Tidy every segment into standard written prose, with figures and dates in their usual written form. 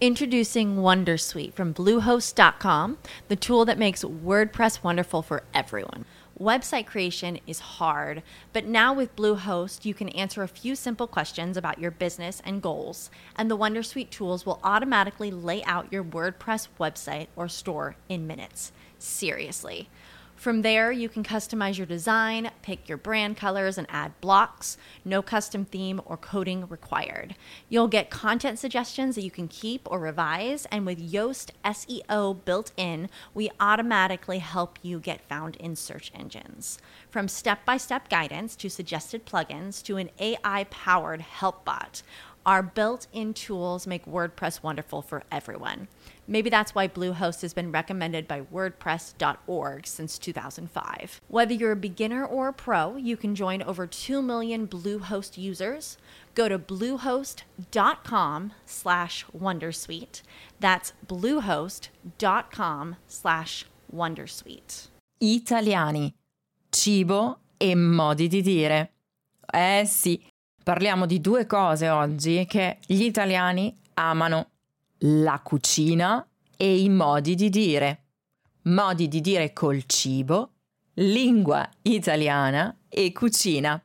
Introducing Wondersuite from Bluehost.com, the tool that makes WordPress wonderful for everyone. Website creation is hard, but now with Bluehost, you can answer a few simple questions about your business and goals, and the Wondersuite tools will automatically lay out your WordPress website or store in minutes. Seriously. From there, you can customize your design, pick your brand colors, and add blocks. No custom theme or coding required. You'll get content suggestions that you can keep or revise, and with Yoast SEO built in, we automatically help you get found in search engines. From step-by-step guidance to suggested plugins to an AI-powered help bot, our built-in tools make WordPress wonderful for everyone. Maybe that's why Bluehost has been recommended by WordPress.org since 2005. Whether you're a beginner or a pro, you can join over 2 million Bluehost users. Go to bluehost.com/wondersuite. That's bluehost.com/wondersuite. Italiani, cibo e modi di dire. Sì, parliamo di due cose oggi che gli italiani amano: la cucina e i modi di dire. Modi di dire col cibo, lingua italiana e cucina.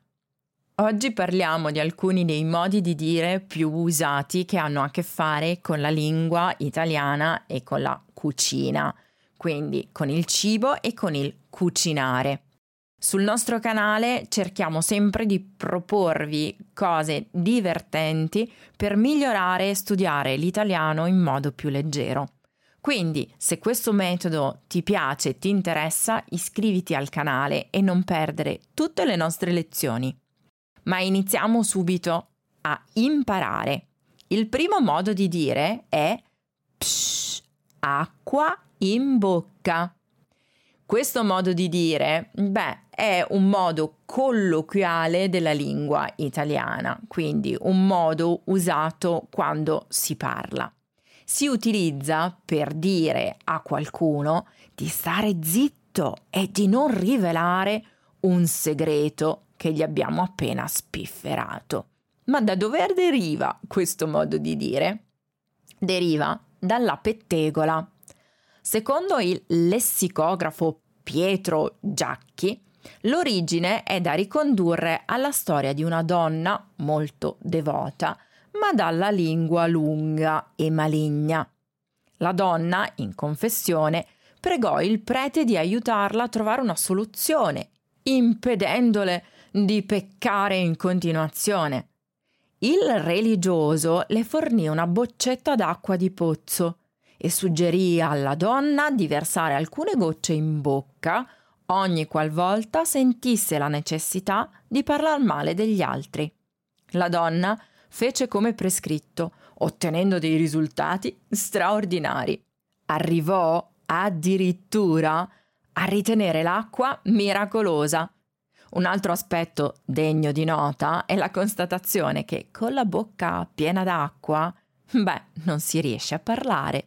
Oggi parliamo di alcuni dei modi di dire più usati che hanno a che fare con la lingua italiana e con la cucina, quindi con il cibo e con il cucinare. Sul nostro canale cerchiamo sempre di proporvi cose divertenti per migliorare e studiare l'italiano in modo più leggero. Quindi, se questo metodo ti piace e ti interessa, iscriviti al canale e non perdere tutte le nostre lezioni. Ma iniziamo subito a imparare. Il primo modo di dire è psh, acqua in bocca. Questo modo di dire, è un modo colloquiale della lingua italiana, quindi un modo usato quando si parla. Si utilizza per dire a qualcuno di stare zitto e di non rivelare un segreto che gli abbiamo appena spifferato. Ma da dove deriva questo modo di dire? Deriva dalla pettegola. Secondo il lessicografo Pietro Giacchi, l'origine è da ricondurre alla storia di una donna molto devota, ma dalla lingua lunga e maligna. La donna, in confessione, pregò il prete di aiutarla a trovare una soluzione, impedendole di peccare in continuazione. Il religioso le fornì una boccetta d'acqua di pozzo e suggerì alla donna di versare alcune gocce in bocca ogni qualvolta sentisse la necessità di parlare male degli altri. La donna fece come prescritto, ottenendo dei risultati straordinari. Arrivò addirittura a ritenere l'acqua miracolosa. Un altro aspetto degno di nota è la constatazione che con la bocca piena d'acqua, non si riesce a parlare.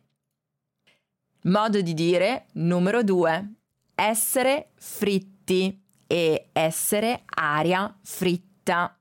Modo di dire numero 2. Essere fritti e essere aria fritta.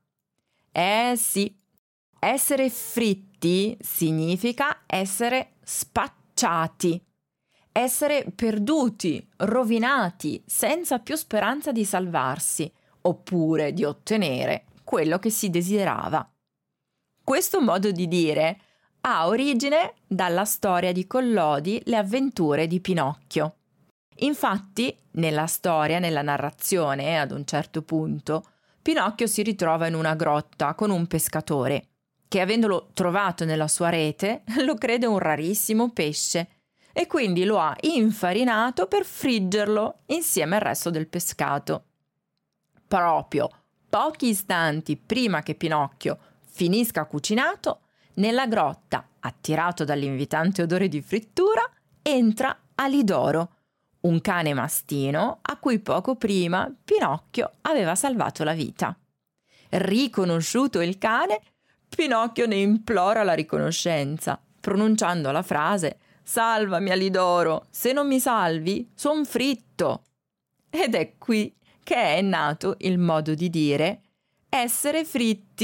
Sì, essere fritti significa essere spacciati, essere perduti, rovinati, senza più speranza di salvarsi, oppure di ottenere quello che si desiderava. Questo modo di dire ha origine dalla storia di Collodi, Le avventure di Pinocchio. Infatti, nella storia, nella narrazione, ad un certo punto, Pinocchio si ritrova in una grotta con un pescatore, che avendolo trovato nella sua rete, lo crede un rarissimo pesce e quindi lo ha infarinato per friggerlo insieme al resto del pescato. Proprio pochi istanti prima che Pinocchio finisca cucinato, nella grotta, attirato dall'invitante odore di frittura, entra Alidoro, un cane mastino a cui poco prima Pinocchio aveva salvato la vita. Riconosciuto il cane, Pinocchio ne implora la riconoscenza, pronunciando la frase «Salvami, Alidoro, se non mi salvi, son fritto». Ed è qui che è nato il modo di dire essere fritti,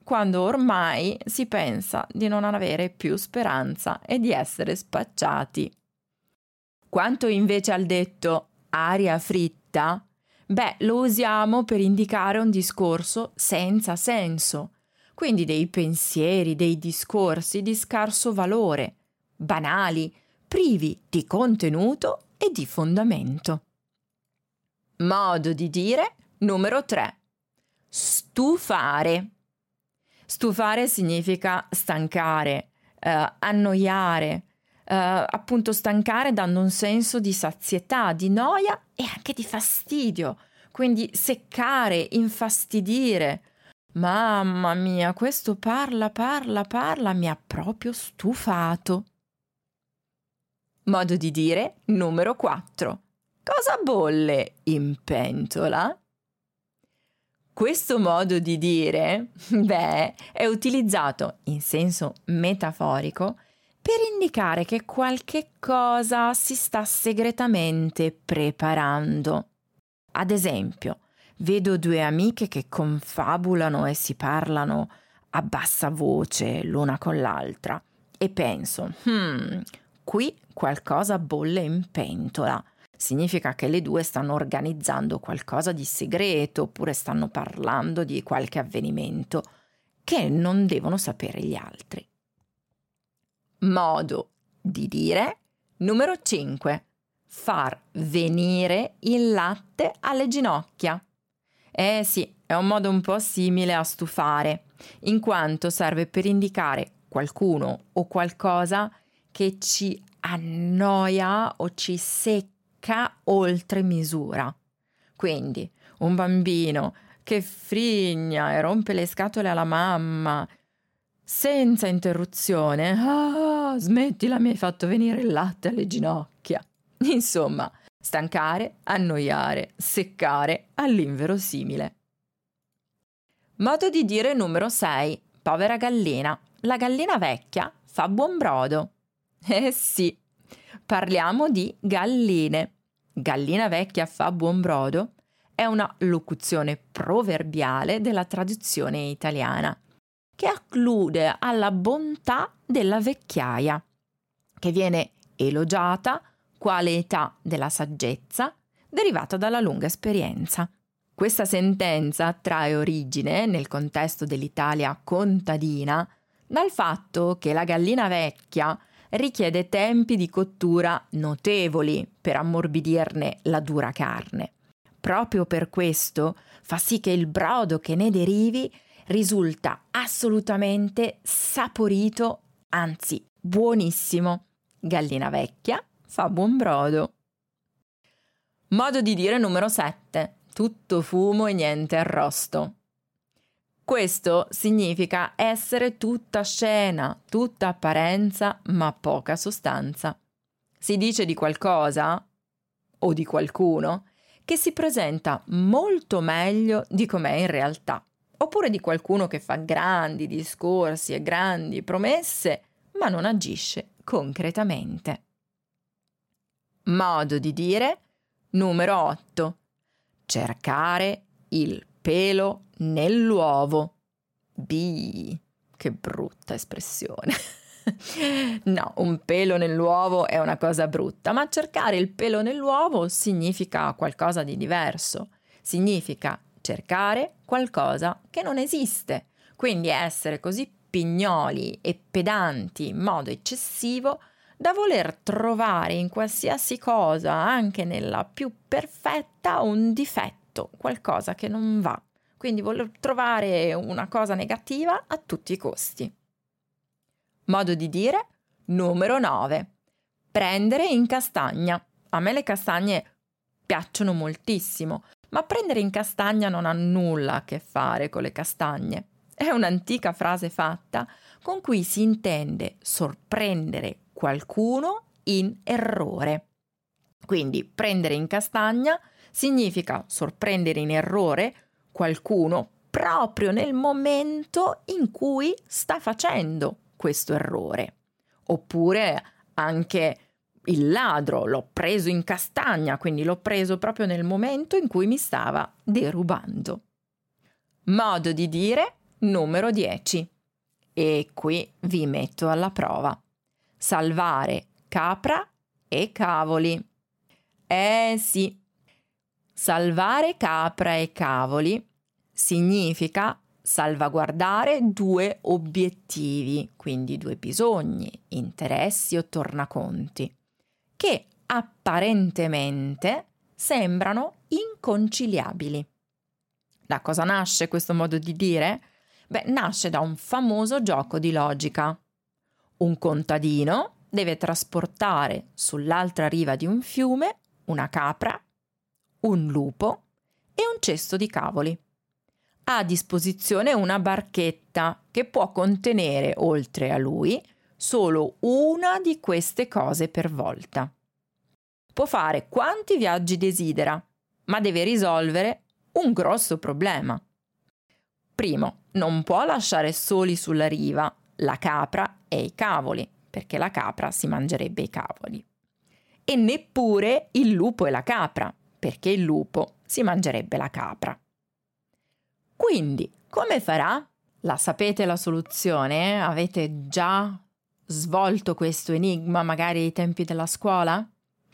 quando ormai si pensa di non avere più speranza e di essere spacciati. Quanto invece al detto aria fritta, lo usiamo per indicare un discorso senza senso, quindi dei pensieri, dei discorsi di scarso valore, banali, privi di contenuto e di fondamento. Modo di dire numero 3. Stufare. Stufare significa stancare, annoiare, appunto stancare dando un senso di sazietà, di noia e anche di fastidio, quindi seccare, infastidire. Mamma mia, questo parla, mi ha proprio stufato. Modo di dire numero 4. Cosa bolle in pentola? Questo modo di dire, è utilizzato in senso metaforico per indicare che qualche cosa si sta segretamente preparando. Ad esempio, vedo due amiche che confabulano e si parlano a bassa voce l'una con l'altra e penso, qui qualcosa bolle in pentola. Significa che le due stanno organizzando qualcosa di segreto oppure stanno parlando di qualche avvenimento che non devono sapere gli altri. Modo di dire numero 5. Far venire il latte alle ginocchia. Sì, è un modo un po' simile a stufare, in quanto serve per indicare qualcuno o qualcosa che ci annoia o ci secca oltre misura. Quindi un bambino che frigna e rompe le scatole alla mamma senza interruzione. Smettila, mi hai fatto venire il latte alle ginocchia. Insomma, stancare, annoiare, seccare all'inverosimile. Modo di dire numero 6. Povera gallina. La gallina vecchia fa buon brodo. Sì, parliamo di galline. Gallina vecchia fa buon brodo è una locuzione proverbiale della tradizione italiana che allude alla bontà della vecchiaia, che viene elogiata quale età della saggezza derivata dalla lunga esperienza. Questa sentenza trae origine, nel contesto dell'Italia contadina, dal fatto che la gallina vecchia richiede tempi di cottura notevoli per ammorbidirne la dura carne. Proprio per questo fa sì che il brodo che ne derivi risulta assolutamente saporito, anzi buonissimo. Gallina vecchia fa buon brodo. Modo di dire numero 7. Tutto fumo e niente arrosto. Questo significa essere tutta scena, tutta apparenza, ma poca sostanza. Si dice di qualcosa, o di qualcuno, che si presenta molto meglio di com'è in realtà, oppure di qualcuno che fa grandi discorsi e grandi promesse, ma non agisce concretamente. Modo di dire numero 8. Cercare il pelo nell'uovo. Che brutta espressione. No, un pelo nell'uovo è una cosa brutta, ma cercare il pelo nell'uovo significa qualcosa di diverso. Significa cercare qualcosa che non esiste. Quindi essere così pignoli e pedanti in modo eccessivo da voler trovare in qualsiasi cosa, anche nella più perfetta, un difetto, qualcosa che non va. Quindi voler trovare una cosa negativa a tutti i costi. Modo di dire numero 9. Prendere in castagna. A me le castagne piacciono moltissimo, ma prendere in castagna non ha nulla a che fare con le castagne. È un'antica frase fatta con cui si intende sorprendere qualcuno in errore. Quindi prendere in castagna significa sorprendere in errore qualcuno proprio nel momento in cui sta facendo questo errore. Oppure anche il ladro, l'ho preso in castagna, quindi l'ho preso proprio nel momento in cui mi stava derubando. Modo di dire numero 10. E qui vi metto alla prova. Salvare capra e cavoli. Sì, salvare capra e cavoli significa salvaguardare due obiettivi, quindi due bisogni, interessi o tornaconti, che apparentemente sembrano inconciliabili. Da cosa nasce questo modo di dire? Nasce da un famoso gioco di logica. Un contadino deve trasportare sull'altra riva di un fiume una capra, un lupo e un cesto di cavoli. Ha a disposizione una barchetta che può contenere, oltre a lui, solo una di queste cose per volta. Può fare quanti viaggi desidera, ma deve risolvere un grosso problema. Primo, non può lasciare soli sulla riva la capra e i cavoli, perché la capra si mangerebbe i cavoli. E neppure il lupo e la capra, perché il lupo si mangerebbe la capra. Quindi, come farà? La sapete la soluzione? Avete già svolto questo enigma magari ai tempi della scuola?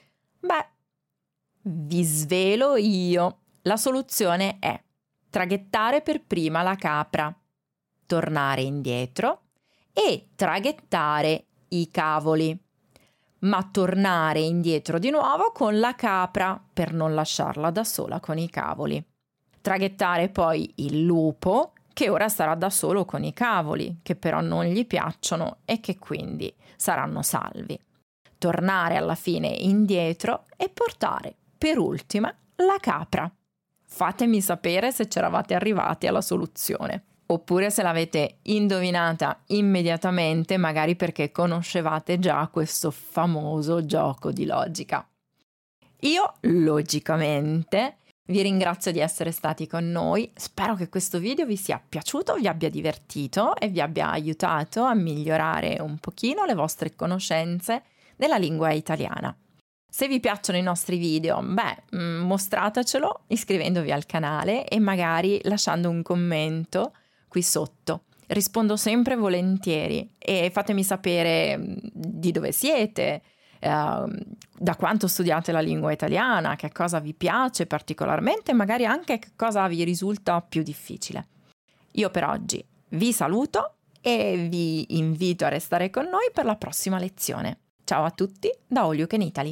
Vi svelo io. La soluzione è traghettare per prima la capra, tornare indietro e traghettare i cavoli, ma tornare indietro di nuovo con la capra per non lasciarla da sola con i cavoli. Traghettare poi il lupo, che ora starà da solo con i cavoli, che però non gli piacciono e che quindi saranno salvi. Tornare alla fine indietro e portare per ultima la capra. Fatemi sapere se c'eravate arrivati alla soluzione, oppure se l'avete indovinata immediatamente, magari perché conoscevate già questo famoso gioco di logica. Io, logicamente, vi ringrazio di essere stati con noi, spero che questo video vi sia piaciuto, vi abbia divertito e vi abbia aiutato a migliorare un pochino le vostre conoscenze della lingua italiana. Se vi piacciono i nostri video, mostratecelo iscrivendovi al canale e magari lasciando un commento qui sotto. Rispondo sempre volentieri e fatemi sapere di dove siete, da quanto studiate la lingua italiana, che cosa vi piace particolarmente e magari anche che cosa vi risulta più difficile. Io per oggi vi saluto e vi invito a restare con noi per la prossima lezione. Ciao a tutti da All You Can Italy.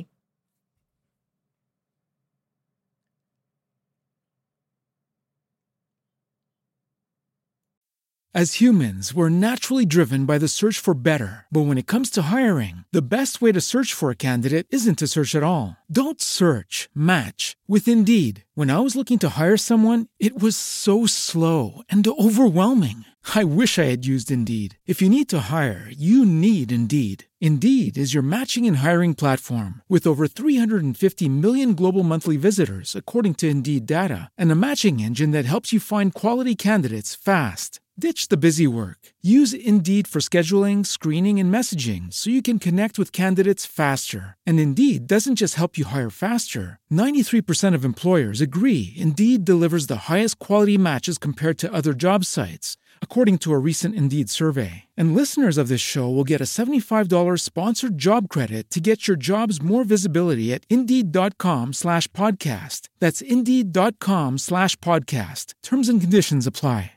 As humans, we're naturally driven by the search for better. But when it comes to hiring, the best way to search for a candidate isn't to search at all. Don't search, match with Indeed. When I was looking to hire someone, it was so slow and overwhelming. I wish I had used Indeed. If you need to hire, you need Indeed. Indeed is your matching and hiring platform with over 350 million global monthly visitors, according to Indeed data, and a matching engine that helps you find quality candidates fast. Ditch the busy work. Use Indeed for scheduling, screening, and messaging so you can connect with candidates faster. And Indeed doesn't just help you hire faster. 93% of employers agree Indeed delivers the highest quality matches compared to other job sites, according to a recent Indeed survey. And listeners of this show will get a $75 sponsored job credit to get your jobs more visibility at Indeed.com/podcast. That's Indeed.com/podcast. Terms and conditions apply.